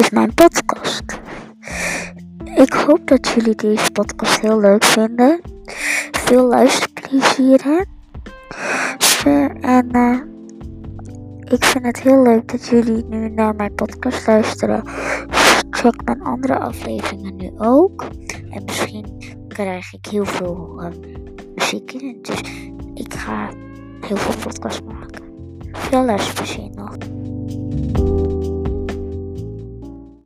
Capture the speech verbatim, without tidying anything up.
is mijn podcast. Ik hoop dat jullie deze podcast heel leuk vinden. Veel luisterplezier, hè? En uh, ik vind het heel leuk dat jullie nu naar mijn podcast luisteren. Check mijn andere afleveringen nu ook. En misschien krijg ik heel veel uh, muziek in. Dus ik ga heel veel podcasts maken. Veel luisterplezier nog.